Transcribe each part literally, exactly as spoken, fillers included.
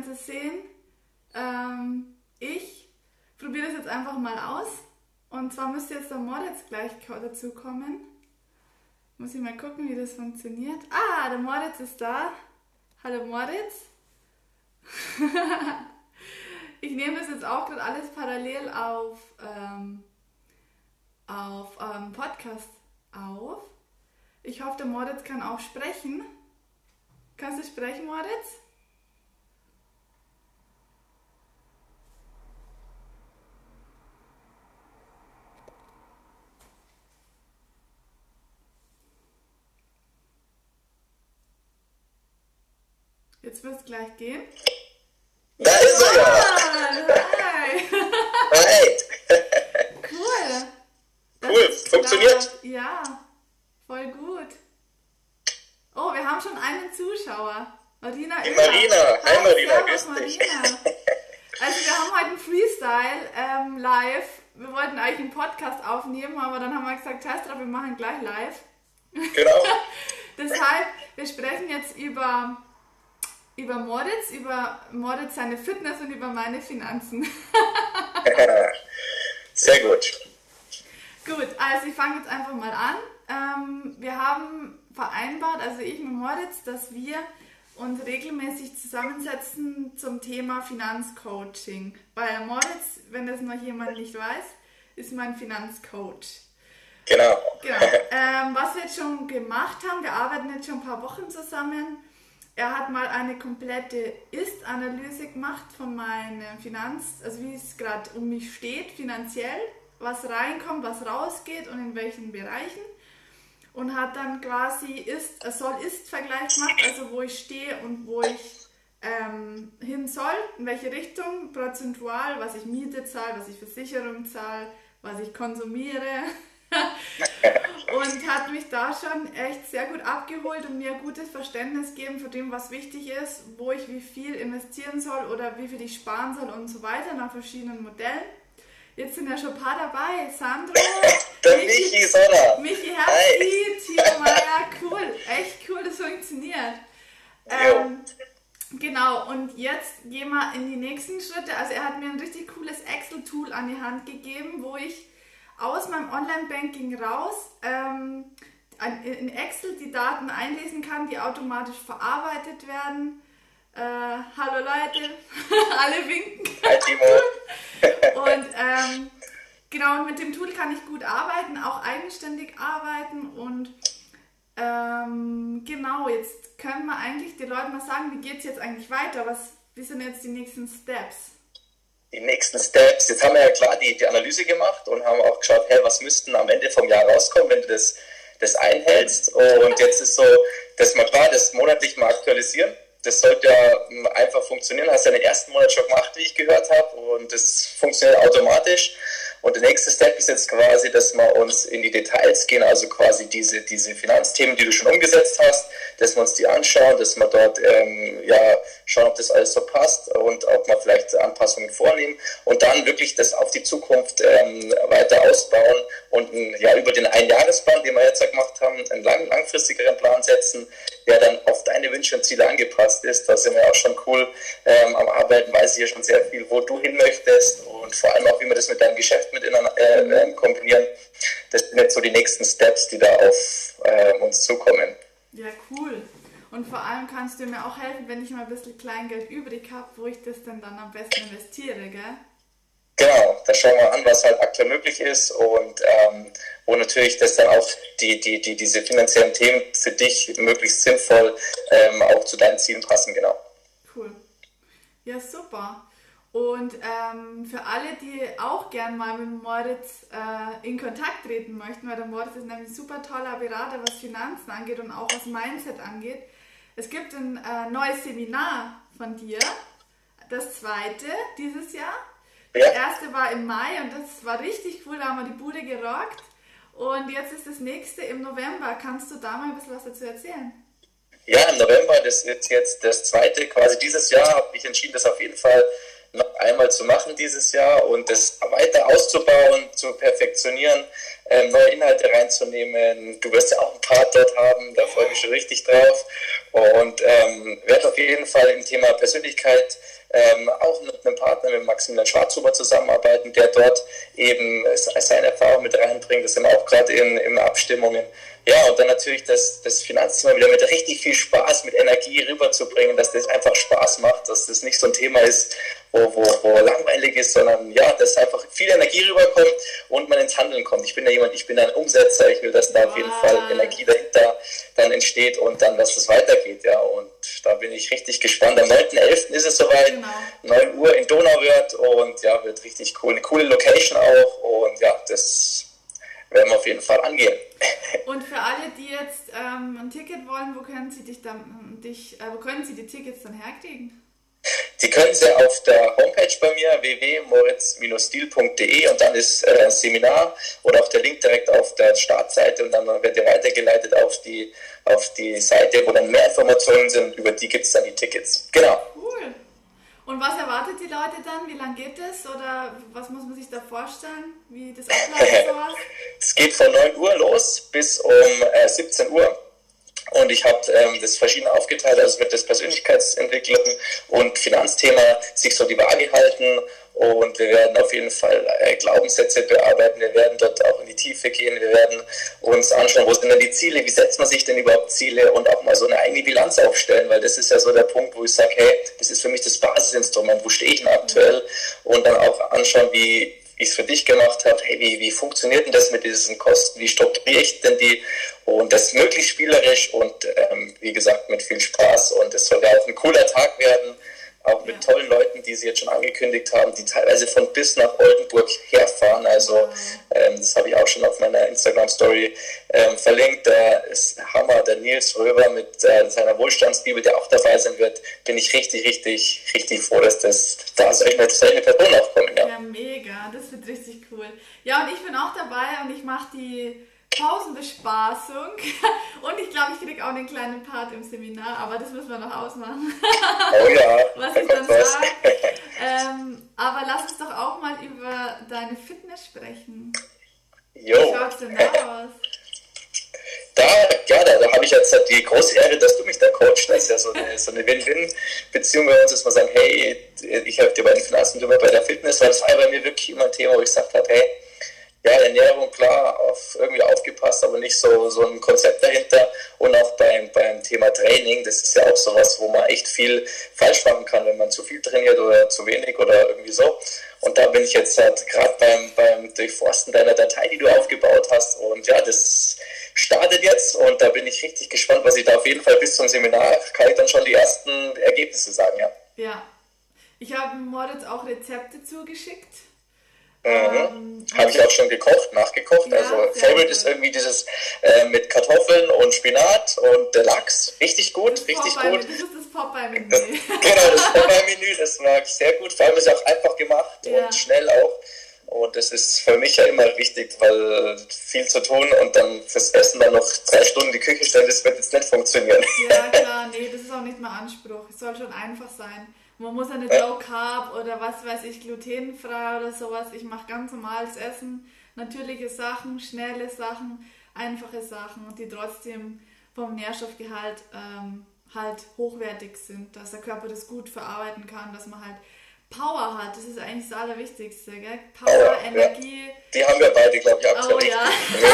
kannst es sehen. Ähm, ich probiere das jetzt einfach mal aus. Und zwar müsste jetzt der Moritz gleich dazu kommen. Muss ich mal gucken, wie das funktioniert. Ah, der Moritz ist da. Hallo Moritz. Ich nehme das jetzt auch gerade alles parallel auf, ähm, auf ähm, Podcast auf. Ich hoffe, der Moritz kann auch sprechen. Kannst du sprechen, Moritz? Jetzt wird es gleich gehen. Da ist er ja! Hi! Hi! Cool! Das Cool, ist funktioniert? klar. Ja, voll gut. Oh, wir haben schon einen Zuschauer. Marina Die Oehler. Marina. Hi Marina, servus, grüß dich. Marina. Also wir haben heute einen Freestyle ähm, live. Wir wollten eigentlich einen Podcast aufnehmen, aber dann haben wir gesagt, Testra, wir machen gleich live. Genau. Deshalb, wir sprechen jetzt über, über Moritz, über Moritz seine Fitness und über meine Finanzen. Sehr gut. Gut, also ich fange jetzt einfach mal an. Ähm, wir haben vereinbart, also ich mit Moritz, dass wir uns regelmäßig zusammensetzen zum Thema Finanzcoaching. Weil Moritz, wenn das noch jemand nicht weiß, ist mein Finanzcoach. Genau. Genau. Ähm, was wir jetzt schon gemacht haben, wir arbeiten jetzt schon ein paar Wochen zusammen. Er hat mal eine komplette Ist-Analyse gemacht von meinen Finanz, also wie es gerade um mich steht, finanziell, was reinkommt, was rausgeht und in welchen Bereichen. Und hat dann quasi Ist, äh, Soll-Ist-Vergleich gemacht, also wo ich stehe und wo ich ähm, hin soll, in welche Richtung, prozentual, was ich Miete zahle, was ich Versicherung zahle, was ich konsumiere. Und hat mich da schon echt sehr gut abgeholt und mir ein gutes Verständnis gegeben von dem, was wichtig ist, wo ich wie viel investieren soll oder wie viel ich sparen soll und so weiter nach verschiedenen Modellen. Jetzt sind ja schon ein paar dabei. Sandro, Der Michi, Michi Sonner. Michi Herzli, Timo Meier, cool, echt cool, das funktioniert. Ähm, genau, und jetzt gehen wir in die nächsten Schritte. Also er hat mir ein richtig cooles Excel-Tool an die Hand gegeben, wo ich aus meinem Online-Banking raus ähm, in Excel die Daten einlesen kann, die automatisch verarbeitet werden. Äh, hallo Leute, alle winken. Hi Timo. Und ähm, genau, und mit dem Tool kann ich gut arbeiten, auch eigenständig arbeiten und ähm, genau, jetzt können wir eigentlich den Leuten mal sagen, wie geht es jetzt eigentlich weiter, was, wie sind jetzt die nächsten Steps? Die nächsten Steps. Jetzt haben wir ja klar die, die Analyse gemacht und haben auch geschaut, hey, was müssten am Ende vom Jahr rauskommen, wenn du das, das einhältst. Und jetzt ist so, dass wir klar das monatlich mal aktualisieren. Das sollte ja einfach funktionieren. Hast ja den ersten Monat schon gemacht, wie ich gehört habe. Und das funktioniert automatisch. Und der nächste Step ist jetzt quasi, dass wir uns in die Details gehen, also quasi diese, diese Finanzthemen, die du schon umgesetzt hast, dass wir uns die anschauen, dass wir dort ähm, ja, schauen, ob das alles so passt und ob wir vielleicht Anpassungen vornehmen und dann wirklich das auf die Zukunft ähm, weiter ausbauen und ja, über den Einjahresplan, den wir jetzt gemacht haben, einen lang, langfristigeren Plan setzen, der dann auf deine Wünsche und Ziele angepasst ist. Da sind wir auch schon cool ähm, am Arbeiten, weiß ich ja schon sehr viel, wo du hin möchtest und vor allem auch, wie wir das mit deinem Geschäft mit äh, äh, kombinieren. Das sind jetzt so die nächsten Steps, die da auf äh, uns zukommen. Ja, cool. Und vor allem kannst du mir auch helfen, wenn ich mal ein bisschen Kleingeld übrig habe, wo ich das denn dann am besten investiere, gell? Genau, da schauen wir an, was halt aktuell möglich ist und ähm, wo natürlich das dann auch die, die, die, diese finanziellen Themen für dich möglichst sinnvoll ähm, auch zu deinen Zielen passen, genau. Cool. Ja, super. Und ähm, für alle, die auch gern mal mit Moritz äh, in Kontakt treten möchten, weil der Moritz ist nämlich ein super toller Berater, was Finanzen angeht und auch was Mindset angeht. Es gibt ein äh, neues Seminar von dir, das zweite dieses Jahr. Das Ja. erste war im Mai und das war richtig cool, da haben wir die Bude gerockt. Und jetzt ist das nächste im November. Kannst du da mal ein bisschen was dazu erzählen? Ja, im November, das ist jetzt das zweite, quasi dieses Jahr, habe ich entschieden, das auf jeden Fall noch einmal zu machen dieses Jahr und das weiter auszubauen, zu perfektionieren ähm, neue Inhalte reinzunehmen. Du wirst ja auch einen Part dort haben, da freue ich mich schon richtig drauf. Und ähm, werde auf jeden Fall im Thema Persönlichkeit ähm, auch mit einem Partner, mit Maximilian Schwarzhuber zusammenarbeiten, der dort eben seine Erfahrung mit reinbringt. Das sind wir auch gerade in, in Abstimmungen. Ja, und dann natürlich das, das Finanzthema wieder mit richtig viel Spaß, mit Energie rüberzubringen, dass das einfach Spaß macht, dass das nicht so ein Thema ist, wo, wo, wo langweilig ist, sondern ja, dass einfach viel Energie rüberkommt und man ins Handeln kommt. Ich bin ja jemand, ich bin ein Umsetzer, ich will, dass da auf jeden Fall Energie dahinter dann entsteht und dann, dass es weitergeht, ja, und da bin ich richtig gespannt. Am neunten elften ist es soweit, genau. neun Uhr in Donauwörth und ja, wird richtig cool, eine coole Location auch und ja, das werden wir auf jeden Fall angehen. Und für alle, die jetzt ähm, ein Ticket wollen, wo können sie dich dann, dich, äh, wo können sie die Tickets dann herkriegen? Die können Sie auf der Homepage bei mir w w w punkt moritz Bindestrich stil punkt d e und dann ist äh, ein Seminar oder auch der Link direkt auf der Startseite und dann wird ihr weitergeleitet auf die, auf die Seite, wo dann mehr Informationen sind, über die gibt es dann die Tickets. Genau. Cool. Und was erwartet die Leute dann? Wie lange geht es? Oder was muss man sich da vorstellen? Wie das abläuft sowas? Es geht von neun Uhr los bis um äh, siebzehn Uhr. Und ich habe ähm, das verschieden aufgeteilt, also wird das Persönlichkeitsentwicklung und Finanzthema sich so die Waage halten und wir werden auf jeden Fall äh, Glaubenssätze bearbeiten, wir werden dort auch in die Tiefe gehen, wir werden uns anschauen, wo sind denn die Ziele, wie setzt man sich denn überhaupt Ziele und auch mal so eine eigene Bilanz aufstellen, weil das ist ja so der Punkt, wo ich sage, hey, das ist für mich das Basisinstrument, wo stehe ich denn aktuell und dann auch anschauen, wie wie ich es für dich gemacht habe, hey, wie, wie funktioniert denn das mit diesen Kosten, wie strukturiere ich denn die und das möglichst spielerisch und ähm, wie gesagt mit viel Spaß und es soll ja auch ein cooler Tag werden, auch mit ja. tollen Leuten, die sie jetzt schon angekündigt haben, die teilweise von bis nach Oldenburg herfahren, also ähm, das habe ich auch schon auf meiner Instagram-Story ähm, verlinkt, der ist Hammer, der Nils Röber mit äh, seiner Wohlstandsbibel, der auch dabei sein wird, bin ich richtig, richtig, richtig froh, dass das da solche, solche Personen auch kommen. Ja. ja, mega, das wird richtig cool. Ja, und ich bin auch dabei und ich mache die Pausenbespaßung und ich glaube, ich kriege auch einen kleinen Part im Seminar, aber das müssen wir noch ausmachen. Oh ja, was ich dann sage. Ähm, aber lass uns doch auch mal über deine Fitness sprechen. Jo. Wie schaut denn da aus? Da, ja, da, da habe ich jetzt die große Ehre, dass du mich da coachst. Das ist ja so eine, so eine Win-Win-Beziehung bei uns, dass wir sagen, hey, ich helfe dir bei den Finanzen, du bei der Fitness, weil das war bei mir wirklich immer ein Thema, wo ich gesagt habe, hey, ja, Ernährung, klar, auf, irgendwie aufgepasst, aber nicht so, so ein Konzept dahinter. Und auch beim, beim Thema Training, das ist ja auch sowas, wo man echt viel falsch machen kann, wenn man zu viel trainiert oder zu wenig oder irgendwie so. Und da bin ich jetzt halt gerade beim, beim Durchforsten deiner Datei, die du aufgebaut hast. Und ja, das startet jetzt und da bin ich richtig gespannt, was ich da auf jeden Fall bis zum Seminar, kann ich dann schon die ersten Ergebnisse sagen, ja. Ja, ich habe Moritz auch Rezepte zugeschickt. Mhm. Ähm, Habe ich auch schon gekocht, nachgekocht. Ja, also Favorite gut. Ist irgendwie dieses äh, mit Kartoffeln und Spinat und der Lachs. Richtig gut, das richtig Popeye, gut. Das ist das Popeye-Menü. Das, genau, das Popeye-Menü, das mag ich sehr gut. Vor allem ist es auch einfach gemacht ja. und schnell auch. Und das ist für mich ja immer wichtig, weil viel zu tun und dann fürs Essen dann noch drei Stunden in die Küche stellen, das wird jetzt nicht funktionieren. Ja klar, nee, das ist auch nicht mehr Anspruch. Es soll schon einfach sein. Man muss ja nicht ja. Low Carb oder was weiß ich, glutenfrei oder sowas. Ich mache ganz normales Essen, natürliche Sachen, schnelle Sachen, einfache Sachen, die trotzdem vom Nährstoffgehalt ähm, halt hochwertig sind, dass der Körper das gut verarbeiten kann, dass man halt Power hat. Das ist eigentlich das Allerwichtigste, gell? Power, Power Energie. Ja. Die haben wir beide, glaube ich, aktuell. Oh ja.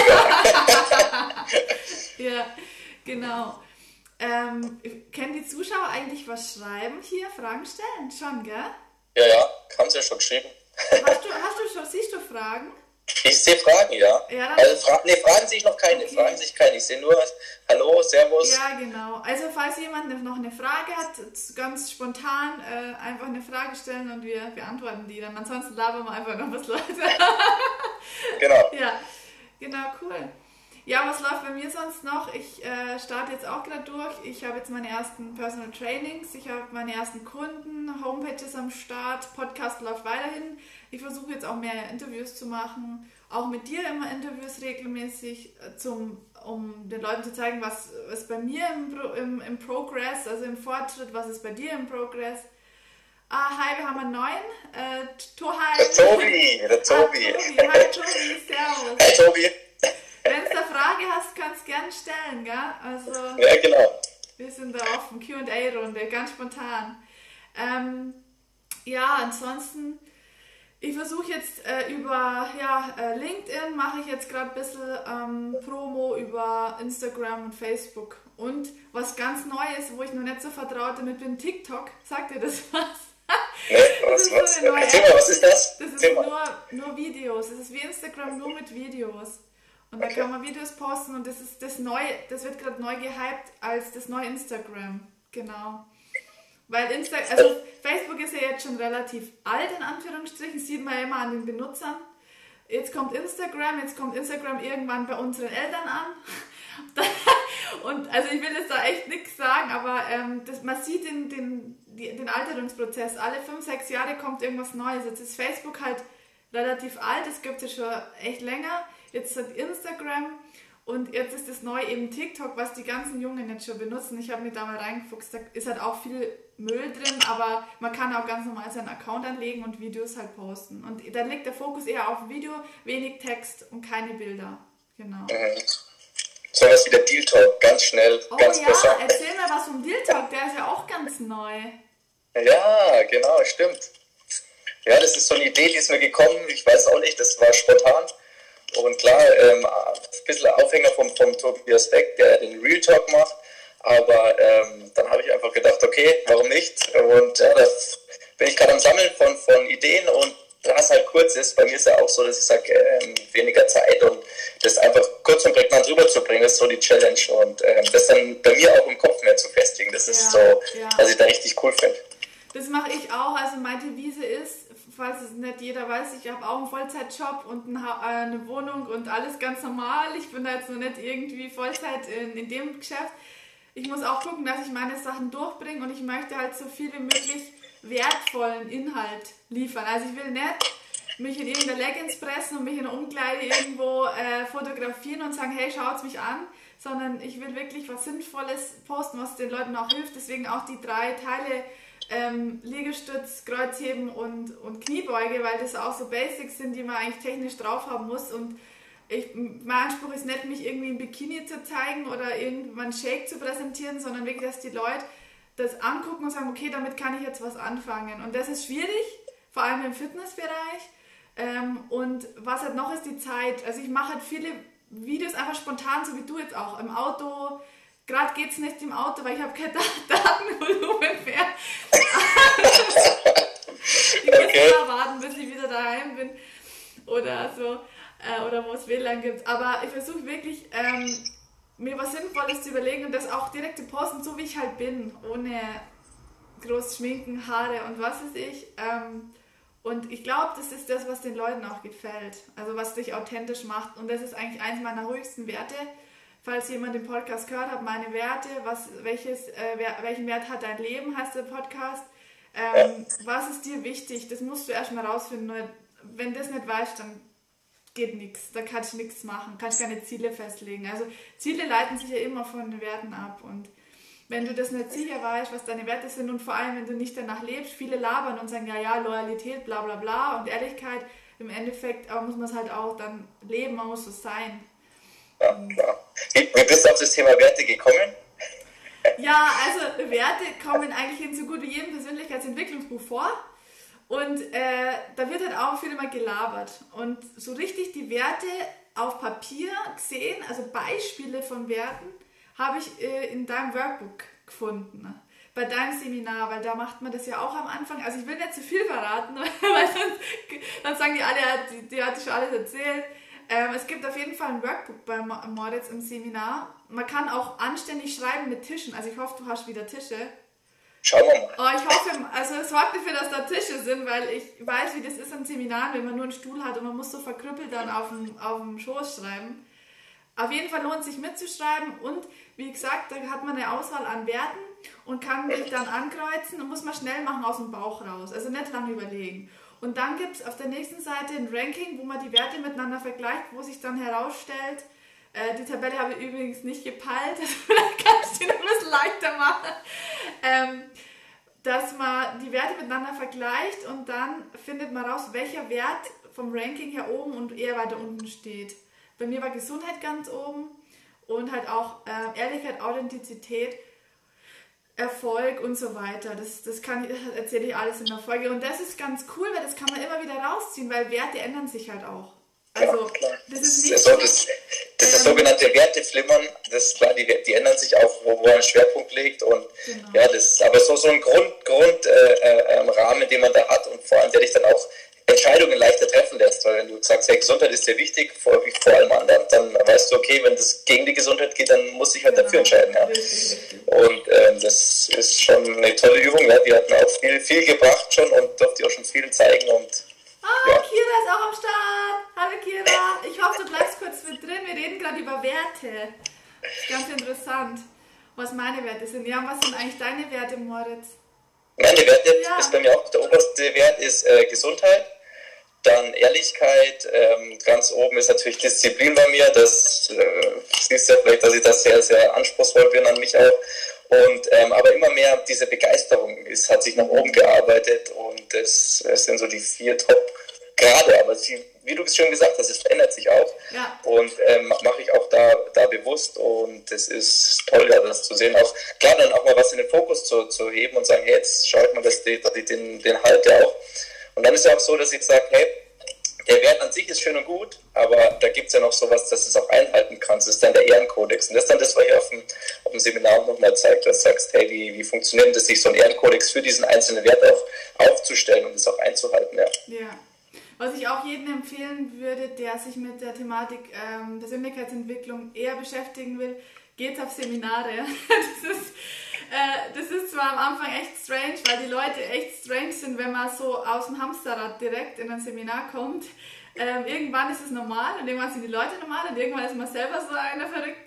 Ja, genau. Ähm, können die Zuschauer eigentlich was schreiben hier? Fragen stellen? Schon, gell? Ja, ja, haben sie ja schon geschrieben. Hast du, hast du schon, siehst du Fragen? Ich sehe Fragen, ja. ja also, fra nee, Fragen sehe ich noch keine. Okay. Fragen sehe ich keine. Ich sehe nur Hallo, Servus. Ja, genau. Also, falls jemand noch eine Frage hat, ganz spontan äh, einfach eine Frage stellen und wir beantworten die dann. Ansonsten labern wir einfach noch was, Leute. Genau. Ja, genau, cool. Ja, was läuft bei mir sonst noch? Ich äh, starte jetzt auch gerade durch. Ich habe jetzt meine ersten Personal Trainings, ich habe meine ersten Kunden, Homepages am Start, Podcast läuft weiterhin. Ich versuche jetzt auch mehr Interviews zu machen, auch mit dir immer Interviews regelmäßig, zum, um den Leuten zu zeigen, was ist bei mir im, Pro, im, im Progress, also im Fortschritt, was ist bei dir im Progress. Ah, hi, wir haben einen neuen. Äh, to, hi. Der Tobi, der Tobi. Ah, Tobi. Hi Tobi, servus. Hey Tobi. gell? Also, ja, genau. Wir sind da offen, Q und A-Runde, ganz spontan. Ähm, ja, ansonsten, ich versuche jetzt äh, über ja, äh, LinkedIn, mache ich jetzt gerade ein bisschen ähm, Promo über Instagram und Facebook. Und was ganz Neues, wo ich noch nicht so vertraut damit bin, TikTok. Sagt ihr das was? Nee, was, das ist was, so eine neue erzähl mal, was ist das? Das ist Erzähl mal. nur, nur Videos. Das ist wie Instagram, nur mit Videos. Und da Okay. kann man Videos posten und das ist das neue, das wird gerade neu gehypt als das neue Instagram. Genau. Weil Insta also Facebook ist ja jetzt schon relativ alt, in Anführungsstrichen, sieht man ja immer an den Benutzern. Jetzt kommt Instagram, jetzt kommt Instagram irgendwann bei unseren Eltern an. Und also ich will jetzt da echt nichts sagen, aber ähm, das, man sieht den, den, den Alterungsprozess. Alle fünf, sechs Jahre kommt irgendwas Neues. Jetzt ist Facebook halt relativ alt, das gibt es ja schon echt länger. Jetzt hat Instagram und jetzt ist das neu eben TikTok, was die ganzen Jungen jetzt schon benutzen. Ich habe mich da mal reingefuchst, da ist halt auch viel Müll drin, aber man kann auch ganz normal seinen Account anlegen und Videos halt posten. Und dann liegt der Fokus eher auf Video, wenig Text und keine Bilder. Genau. Mhm. So was wie der Deal Talk, ganz schnell, Oh ganz ja, präsent. erzähl mal was vom Deal Talk, der ist ja auch ganz neu. Ja, genau, stimmt. Ja, das ist so eine Idee, die ist mir gekommen, ich weiß auch nicht, das war spontan. Und klar, ähm, ein bisschen Aufhänger vom, vom Tobias Beck, der den Real Talk macht. Aber ähm, dann habe ich einfach gedacht, okay, warum nicht? Und ja, da bin ich gerade am Sammeln von, von Ideen und da es halt kurz ist, bei mir ist ja auch so, dass ich sage, ähm, weniger Zeit und das einfach kurz und prägnant rüberzubringen, ist so die Challenge und ähm, das dann bei mir auch im Kopf mehr zu festigen. Das ist Ja, so, ja. was ich da richtig cool finde. Das mache ich auch, also meine Devise ist, falls es nicht jeder weiß, ich habe auch einen Vollzeitjob und eine Wohnung und alles ganz normal. Ich bin da jetzt noch nicht irgendwie Vollzeit in, in dem Geschäft. Ich muss auch gucken, dass ich meine Sachen durchbringe und ich möchte halt so viel wie möglich wertvollen Inhalt liefern. Also ich will nicht mich in irgendeine Leggings pressen und mich in der Umkleide irgendwo äh, fotografieren und sagen, hey, schaut mich an, sondern ich will wirklich was Sinnvolles posten, was den Leuten auch hilft. Deswegen auch die drei Teile ähm, Liegestütz, Kreuzheben und, und Kniebeuge, weil das auch so Basics sind, die man eigentlich technisch drauf haben muss. Und ich, mein Anspruch ist nicht, mich irgendwie im Bikini zu zeigen oder irgendwann Shake zu präsentieren, sondern wirklich, dass die Leute das angucken und sagen, okay, damit kann ich jetzt was anfangen. Und das ist schwierig, vor allem im Fitnessbereich. Ähm, und was halt noch ist die Zeit. Also ich mache halt viele Videos einfach spontan, so wie du jetzt auch, im Auto. Gerade geht es nicht im Auto, weil ich habe kein Datenvolumen mehr. Ich muss Okay. immer warten, bis ich wieder daheim bin oder so. Äh, oder wo es W L A N gibt. Aber ich versuche wirklich, ähm, mir was Sinnvolles zu überlegen und das auch direkt zu posten, so wie ich halt bin. Ohne groß Schminken, Haare und was weiß ich. Ähm, und ich glaube, das ist das, was den Leuten auch gefällt. Also was dich authentisch macht. Und das ist eigentlich eins meiner höchsten Werte. Falls jemand den Podcast gehört hat, meine Werte, was, welches, äh, wer, welchen Wert hat dein Leben, heißt der Podcast. Ähm, was ist dir wichtig? Das musst du erstmal rausfinden. Weil wenn du das nicht weißt, dann geht nichts. Da kannst du nichts machen. Kannst keine Ziele festlegen. Also Ziele leiten sich ja immer von den Werten ab. Und wenn du das nicht sicher weißt, was deine Werte sind und vor allem, wenn du nicht danach lebst, viele labern und sagen, ja, ja, Loyalität, bla bla bla und Ehrlichkeit, im Endeffekt aber muss man es halt auch dann leben, man muss so sein. Ja, klar. Wie wie bist du auf das Thema Werte gekommen? Ja, also Werte kommen eigentlich in so gut wie jedem Persönlichkeitsentwicklungsbuch vor und äh, da wird halt auch viel immer gelabert und so richtig die Werte auf Papier gesehen, also Beispiele von Werten, habe ich äh, in deinem Workbook gefunden, bei deinem Seminar, weil da macht man das ja auch am Anfang, also ich will nicht zu viel verraten, weil sonst dann sagen die alle, die, die hat schon alles erzählt. Ähm, es gibt auf jeden Fall ein Workbook bei Moritz im Seminar. Man kann auch anständig schreiben mit Tischen. Also ich hoffe, du hast wieder Tische. Schauen wir mal. Oh, ich hoffe, also es sorgt dafür, dass da Tische sind, weil ich weiß, wie das ist im Seminar, wenn man nur einen Stuhl hat und man muss so verkrüppelt dann auf dem, auf dem Schoß schreiben. Auf jeden Fall lohnt es sich mitzuschreiben und wie gesagt, da hat man eine Auswahl an Werten und kann sich dann ankreuzen und muss man schnell machen aus dem Bauch raus. Also nicht lange überlegen. Und dann gibt es auf der nächsten Seite ein Ranking, wo man die Werte miteinander vergleicht, wo sich dann herausstellt, äh, die Tabelle habe ich übrigens nicht gepeilt, also vielleicht kann ich die noch ein bisschen leichter machen, ähm, dass man die Werte miteinander vergleicht und dann findet man raus, welcher Wert vom Ranking her oben und eher weiter unten steht. Bei mir war Gesundheit ganz oben und halt auch äh, Ehrlichkeit, Authentizität, Erfolg und so weiter. Das, das, kann, das erzähle ich alles in der Folge. Und das ist ganz cool, weil das kann man immer wieder rausziehen, weil Werte ändern sich halt auch. Also, klar, klar. das ist nicht das, so, das, das, das ähm, sogenannte Werteflimmern, das klar, die, die ändern sich auch, wo, wo ein Schwerpunkt liegt. Und genau. ja, das ist aber so, so ein Grund, Grund äh, äh, Rahmen, den man da hat und vor allem, der dich dann auch Entscheidungen leichter treffen lässt, weil wenn du sagst, hey, Gesundheit ist dir wichtig, vor, wie vor allem anderen, dann weißt du, okay, wenn das gegen die Gesundheit geht, dann muss ich halt genau. dafür entscheiden. Ja. Richtig, richtig. Und äh, das ist schon eine tolle Übung, ja. Die hat mir auch viel, viel gebracht schon und durfte auch schon vielen zeigen. Und, ah, ja. Kira ist auch am Start. Hallo Kira, ich hoffe, du bleibst kurz mit drin. Wir reden gerade über Werte. Das ist ganz interessant, was meine Werte sind. Ja, was sind eigentlich deine Werte, Moritz? Meine Werte ja. ist bei mir auch, der oberste Wert ist äh, Gesundheit. Dann Ehrlichkeit, ähm, ganz oben ist natürlich Disziplin bei mir, das äh, siehst ja vielleicht, dass ich das sehr, sehr anspruchsvoll bin an mich auch. Und, ähm, aber immer mehr diese Begeisterung ist, hat sich nach oben gearbeitet und das, das sind so die vier Top-Grade, aber sie, wie du es schon gesagt hast, es verändert sich auch ja. und ähm, mache ich auch da, da bewusst und es ist toll, ja, das zu sehen, auch klar dann auch mal was in den Fokus zu, zu heben und sagen, hey, jetzt schaut mal, dass ich den, den halte auch. Und dann ist ja auch so, dass ich sage, hey, der Wert an sich ist schön und gut, aber da gibt es ja noch sowas, dass du es auch einhalten kannst. Das ist dann der Ehrenkodex. Und das ist dann das, was ich auf dem, auf dem Seminar auch nochmal zeigt, dass du sagst, hey, wie, wie funktioniert das, sich so ein Ehrenkodex für diesen einzelnen Wert auch aufzustellen und es auch einzuhalten. Ja. ja. Was ich auch jedem empfehlen würde, der sich mit der Thematik ähm, Persönlichkeitsentwicklung eher beschäftigen will, geht auf Seminare. Das ist, äh, das ist zwar am Anfang echt strange, weil die Leute echt strange sind, wenn man so aus dem Hamsterrad direkt in ein Seminar kommt. Ähm, irgendwann ist es normal und irgendwann sind die Leute normal und irgendwann ist man selber so eine Verrückte.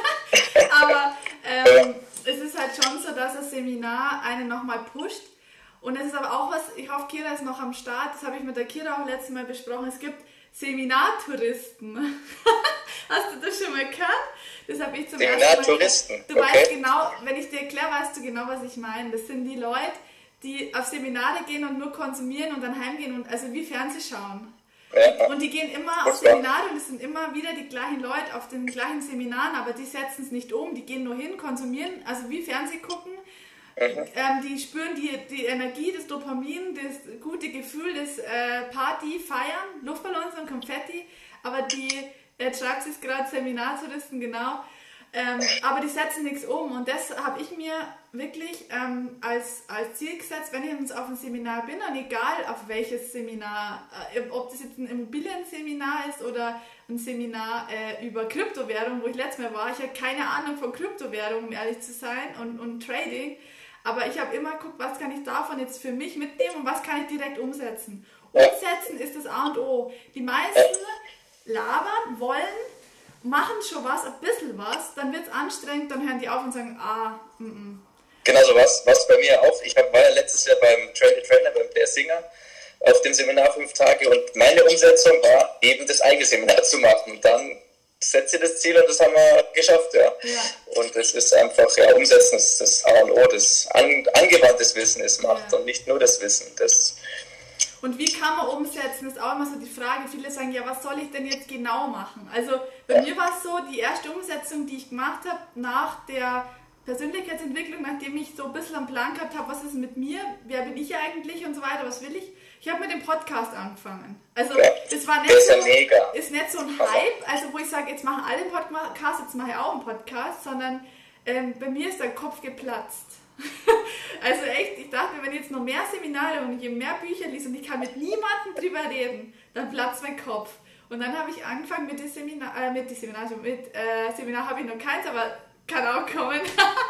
Aber ähm, es ist halt schon so, dass das Seminar einen nochmal pusht. Und es ist aber auch was, ich hoffe, Kira ist noch am Start, das habe ich mit der Kira auch letztes Mal besprochen, es gibt Seminartouristen. Hast du das schon mal gehört? Das habe ich zum ersten Mal Seminartouristen. Du okay. weißt genau, wenn ich dir erkläre, weißt du genau, was ich meine. Das sind die Leute, die auf Seminare gehen und nur konsumieren und dann heimgehen und also wie Fernseh schauen. Ja. Und die gehen immer auf Seminare und es sind immer wieder die gleichen Leute auf den gleichen Seminaren, aber die setzen es nicht um, die gehen nur hin, konsumieren, also wie Fernseh gucken. Mhm. Ähm, die spüren die, die Energie, das Dopamin, das gute Gefühl, das äh, Party, Feiern, Luftballons und Konfetti, aber die, äh, schreibt es gerade, Seminartouristen, genau, ähm, aber die setzen nichts um und das habe ich mir wirklich ähm, als, als Ziel gesetzt, wenn ich jetzt auf einem Seminar bin und egal auf welches Seminar, äh, ob das jetzt ein Immobilienseminar ist oder ein Seminar äh, über Kryptowährung, wo ich letztes Mal war, ich habe keine Ahnung von Kryptowährung, um ehrlich zu sein, und, und Trading. Aber ich habe immer geguckt, was kann ich davon jetzt für mich mitnehmen und was kann ich direkt umsetzen. Umsetzen ist das A und O. Die meisten labern, wollen, machen schon was, ein bisschen was, dann wird es anstrengend, dann hören die auf und sagen, ah, mm, mm. Genau so was, was bei mir auch, ich war ja letztes Jahr beim Train the Trainer, beim Blair Singer, auf dem Seminar fünf Tage und meine Umsetzung war eben das eigene Seminar zu machen und dann setze das Ziel und das haben wir geschafft, ja. ja. Und das ist einfach, ja, Umsetzen ist das A und O, das an, angewandtes Wissen ist Macht ja. und nicht nur das Wissen. Das und wie kann man umsetzen, ist auch immer so die Frage. Viele sagen, ja, was soll ich denn jetzt genau machen? Also bei ja. mir war es so, die erste Umsetzung, die ich gemacht habe, nach der Persönlichkeitsentwicklung, nachdem ich so ein bisschen am Plan gehabt habe, was ist mit mir, wer bin ich eigentlich und so weiter, was will ich? Ich habe mit dem Podcast angefangen. Also ja, das war nicht das ist so, ja mega. Ist nicht so ein Hype, also wo ich sage, jetzt machen alle einen Podcast, jetzt mache ich auch einen Podcast, sondern ähm, bei mir ist der Kopf geplatzt. Also echt, ich dachte, wenn ich jetzt noch mehr Seminare und je mehr Bücher lese und ich kann mit niemandem drüber reden, dann platzt mein Kopf. Und dann habe ich angefangen mit dem Seminar, äh, mit dem Seminar, mit äh, Seminar habe ich noch keins, aber kann auch kommen.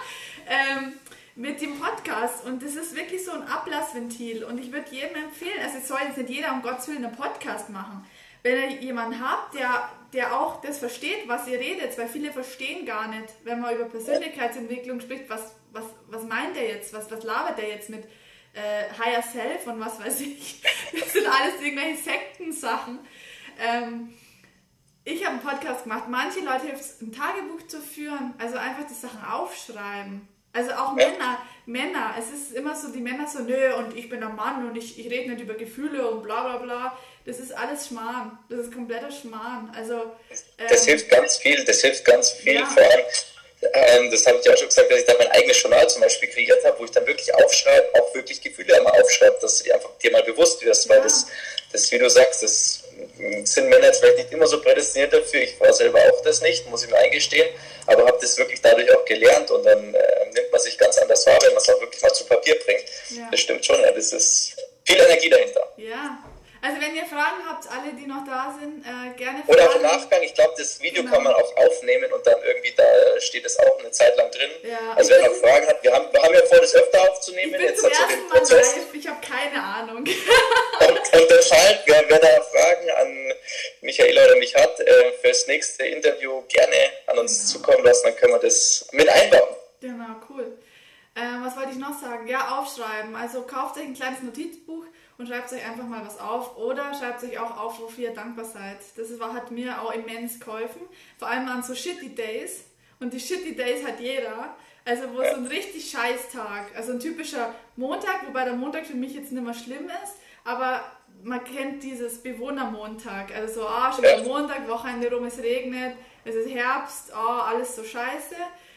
ähm, mit dem Podcast und das ist wirklich so ein Ablassventil und ich würde jedem empfehlen, also es soll jetzt nicht jeder um Gottes Willen einen Podcast machen, wenn ihr jemanden habt, der, der auch das versteht, was ihr redet, weil viele verstehen gar nicht, wenn man über Persönlichkeitsentwicklung spricht, was, was, was meint der jetzt, was, was labert der jetzt mit äh, Higher Self und was weiß ich, das sind alles irgendwelche Sektensachen. Ähm, ich habe einen Podcast gemacht, manche Leute hilft es, ein Tagebuch zu führen, also einfach die Sachen aufschreiben. Also auch Männer, Männer, es ist immer so, die Männer so, nö, und ich bin ein Mann und ich, ich rede nicht über Gefühle und bla bla bla. das ist alles Schmarrn. Das ist kompletter Schmarrn. Also, ähm, das hilft ganz viel, das hilft ganz viel, ja. vor allem, ähm, das habe ich auch schon gesagt, dass ich da mein eigenes Journal zum Beispiel kreiert habe, wo ich dann wirklich aufschreibe, auch wirklich Gefühle einmal aufschreibe, dass du dir einfach dir mal bewusst wirst, weil ja. das, das, wie du sagst, das sind Männer jetzt vielleicht nicht immer so prädestiniert dafür, ich war selber auch das nicht, muss ich mir eingestehen, aber habe das wirklich dadurch auch gelernt und dann äh, nimmt man sich ganz anders wahr, wenn man es auch wirklich mal zu Papier bringt. Ja. Das stimmt schon, ja, das ist viel Energie dahinter. Ja. Also wenn ihr Fragen habt, alle, die noch da sind, äh, gerne fragen. Oder auch im Nachgang, ich glaube, das Video genau. kann man auch aufnehmen und dann irgendwie, da steht es auch eine Zeit lang drin. Ja, also wer noch Fragen hat, wir haben, wir haben ja vor, das öfter aufzunehmen. Ich bin jetzt zum hat ersten Mal live, ich habe keine Ahnung. und, und deshalb, wer, wer da Fragen an Michaela oder mich hat, äh, fürs nächste Interview gerne an uns genau. zukommen lassen, dann können wir das mit einbauen. Genau, cool. Äh, was wollte ich noch sagen? Ja, aufschreiben. Also kauft euch ein kleines Notizbuch und schreibt euch einfach mal was auf oder schreibt euch auch auf, wofür ihr dankbar seid. Das war, hat mir auch immens geholfen, vor allem an so Shitty Days. Und die Shitty Days hat jeder, also wo ja. so ein richtig scheiß Tag, also ein typischer Montag, wobei der Montag für mich jetzt nicht mehr schlimm ist, aber man kennt dieses Bewohnermontag, also so, ah, schon wieder Montag, Wochenende rum, es regnet, es ist Herbst, ah, alles so scheiße.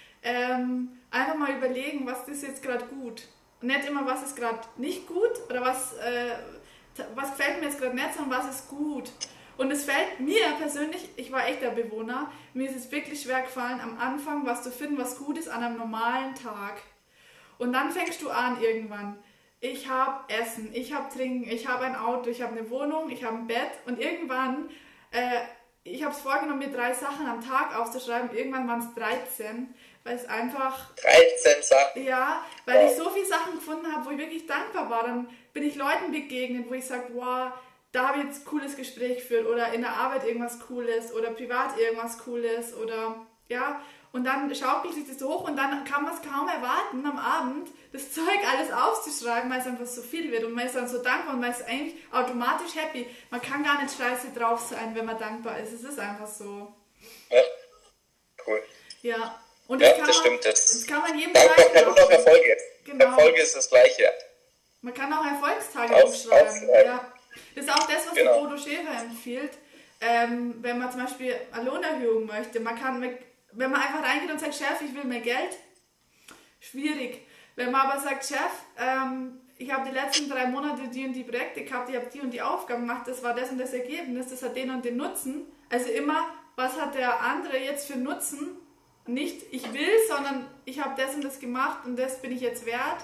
Ähm, einfach mal überlegen, was ist jetzt gerade gut. Und nicht immer, was ist gerade nicht gut oder was, äh, was gefällt mir jetzt gerade nicht, sondern was ist gut. Und es fällt mir persönlich, ich war echt der Bewohner, mir ist es wirklich schwer gefallen, am Anfang was zu finden, was gut ist an einem normalen Tag. Und dann fängst du an irgendwann. Ich habe Essen, ich habe Trinken, ich habe ein Auto, ich habe eine Wohnung, ich habe ein Bett und irgendwann, äh, ich habe es vorgenommen, mir drei Sachen am Tag aufzuschreiben, irgendwann waren es dreizehn. Weil es einfach... dreizehn Sachen? Ja, weil ich so viele Sachen gefunden habe, wo ich wirklich dankbar war. Dann bin ich Leuten begegnet, wo ich sage, wow, da habe ich jetzt ein cooles Gespräch geführt oder in der Arbeit irgendwas Cooles oder privat irgendwas Cooles oder ja. Und dann schaukelt sich das so hoch und dann kann man es kaum erwarten, am Abend das Zeug alles aufzuschreiben, weil es einfach so viel wird und man ist dann so dankbar und man ist eigentlich automatisch happy. Man kann gar nicht scheiße drauf sein, wenn man dankbar ist. Es ist einfach so. Ja, cool. Ja. Und ja, das, das man, stimmt. Das, das kann man jedem Dankbarkeit und auch Erfolge. Genau. Erfolge ist das Gleiche. Man kann auch Erfolgstage auf, aufschreiben. Auf, ja. Das ist auch das, was genau. der Bodo Schäfer empfiehlt. Ähm, wenn man zum Beispiel eine Lohnerhöhung möchte. Man kann, wenn man einfach reingeht und sagt, Chef, ich will mehr Geld, schwierig. Wenn man aber sagt, Chef, ähm, ich habe die letzten drei Monate die und die Projekte gehabt, ich habe die und die Aufgaben gemacht, das war das und das Ergebnis, das hat den und den Nutzen. Also immer, was hat der andere jetzt für Nutzen? Nicht ich will, sondern ich habe das und das gemacht und das bin ich jetzt wert,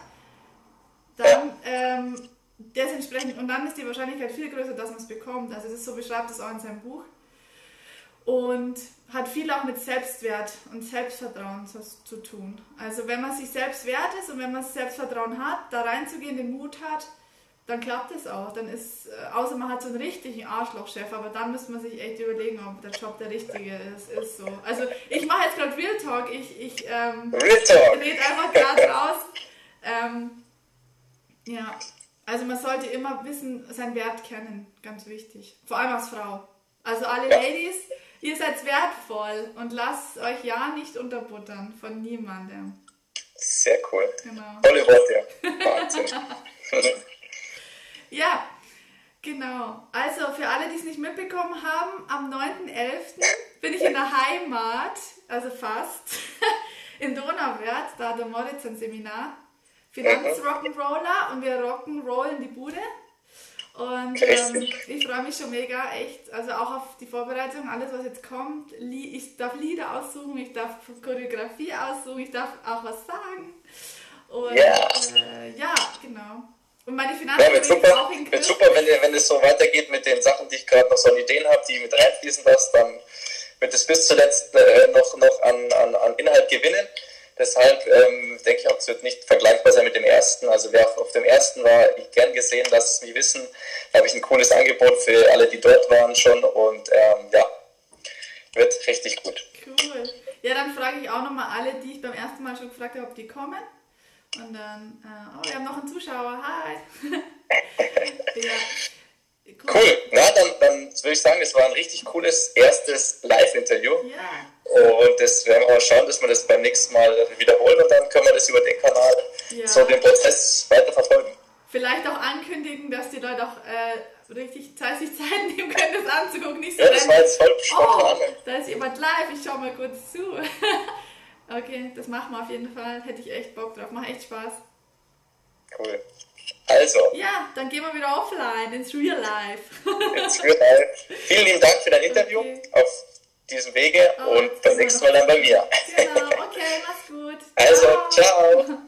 dann ähm, das entsprechend, und dann ist die Wahrscheinlichkeit viel größer, dass man es bekommt. Also das ist so, beschreibt es auch in seinem Buch. Und hat viel auch mit Selbstwert und Selbstvertrauen zu, zu tun. Also wenn man sich selbst wert ist und wenn man Selbstvertrauen hat, da reinzugehen, den Mut hat, dann klappt es auch. Dann ist, außer man hat so einen richtigen Arschlochchef, aber dann müsste man sich echt überlegen, ob der Job der richtige ist. Ist so. Also ich mache jetzt gerade Real Talk, ich, ich ähm, rede einfach gerade raus. Ähm, ja, also man sollte immer wissen, seinen Wert kennen, ganz wichtig. Vor allem als Frau. Also alle Ladies, ihr seid wertvoll und lasst euch ja nicht unterbuttern von niemandem. Sehr cool. Genau. Tolle Worte. Wahnsinn. Ja, genau. Also für alle, die es nicht mitbekommen haben, am neunten elften bin ich in der Heimat, also fast, in Donauwörth, da hat der Moritz ein Seminar, Finanzrock'n'Roller, und wir rock'n'rollen die Bude. Und ähm, ich freue mich schon mega, echt, also auch auf die Vorbereitung, alles was jetzt kommt. Ich darf Lieder aussuchen, ich darf Choreografie aussuchen, ich darf auch was sagen. Und yeah. äh, ja, genau. Und meine Finanzen ja, wird super, auch in wird super, wenn, wenn es so weitergeht mit den Sachen, die ich gerade noch so an Ideen habe, die mit reinfließen lässt, dann wird es bis zuletzt äh, noch, noch an, an, an Inhalt gewinnen. Deshalb ähm, denke ich auch, es wird nicht vergleichbar sein mit dem ersten. Also wer auf, auf dem ersten war, ich gern gesehen, lasst es mich wissen. Da habe ich ein cooles Angebot für alle, die dort waren schon, und ähm, ja, wird richtig gut. Cool. Ja, dann frage ich auch nochmal alle, die ich beim ersten Mal schon gefragt habe, ob die kommen. Und dann, äh, oh, wir haben noch einen Zuschauer, hi. Ja, cool. Cool, na dann, dann würde ich sagen, es war ein richtig cooles erstes Live-Interview. Ja. Und das werden wir mal schauen, dass wir das beim nächsten Mal wiederholen, und dann können wir das über den Kanal ja. so den Prozess weiter verfolgen. Vielleicht auch ankündigen, dass die Leute auch äh, so richtig Zeit, sich Zeit nehmen können, das anzugucken. Nicht so ja, das war jetzt voll spontan. Oh, da ist jemand live, ich schau mal kurz zu. Okay, das machen wir auf jeden Fall. Hätte ich echt Bock drauf. Macht echt Spaß. Cool. Also. Ja, dann gehen wir wieder offline, ins Real Life. ins Real Life. Vielen lieben Dank für dein Interview okay. auf diesem Wege oh, und beim nächsten Mal dann bei mir. Genau, okay, mach's gut. Also, ciao. ciao.